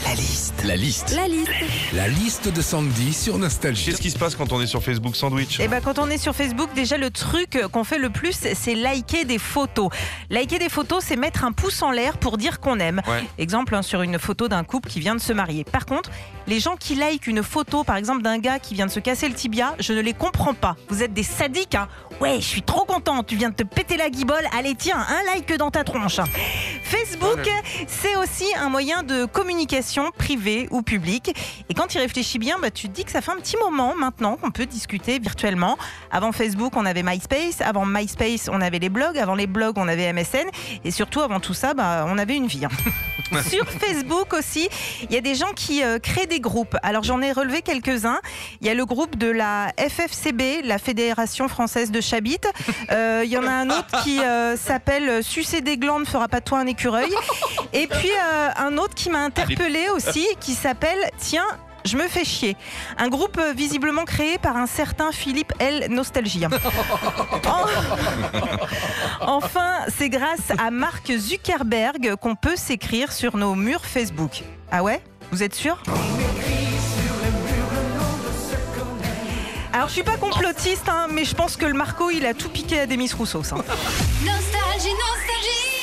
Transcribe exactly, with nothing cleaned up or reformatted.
La liste. La liste. La liste. La liste de Sandy sur Nostalgie. Qu'est-ce qui se passe quand on est sur Facebook Sandwich? Et ben quand on est sur Facebook, déjà le truc qu'on fait le plus, c'est liker des photos. Liker des photos, c'est mettre un pouce en l'air pour dire qu'on aime. Ouais. Exemple hein, sur une photo d'un couple qui vient de se marier. Par contre, les gens qui likent une photo, par exemple d'un gars qui vient de se casser le tibia, je ne les comprends pas. Vous êtes des sadiques, hein. Ouais, je suis trop content. Tu viens de te péter la guibole. Allez, tiens, un like dans ta tronche. Facebook, c'est aussi un moyen de communication privée ou publique. Et quand tu y réfléchis bien, bah, tu te dis que ça fait un petit moment maintenant qu'on peut discuter virtuellement. Avant Facebook, on avait MySpace. Avant MySpace, on avait les blogs. Avant les blogs, on avait M S N. Et surtout, avant tout ça, bah, on avait une vie. Hein. Sur Facebook aussi, il y a des gens qui euh, créent des groupes. Alors, j'en ai relevé quelques-uns. Il y a le groupe de la F F C B, la Fédération Française de Chabit. Euh, Il y en a un autre qui euh, s'appelle « Sucer des glandes ne fera pas de toi un écureuil ». Et puis, euh, un autre qui m'a interpellée aussi, qui s'appelle « Tiens, je me fais chier ». Un groupe euh, visiblement créé par un certain Philippe L. Nostalgie. En... Enfin, c'est grâce à Mark Zuckerberg qu'on peut s'écrire sur nos murs Facebook. Ah ouais ? Vous êtes sûr ? Alors, je suis pas complotiste, hein, mais je pense que le Marco, il a tout piqué à Demis Roussos. Hein. Nostalgie, nostalgie.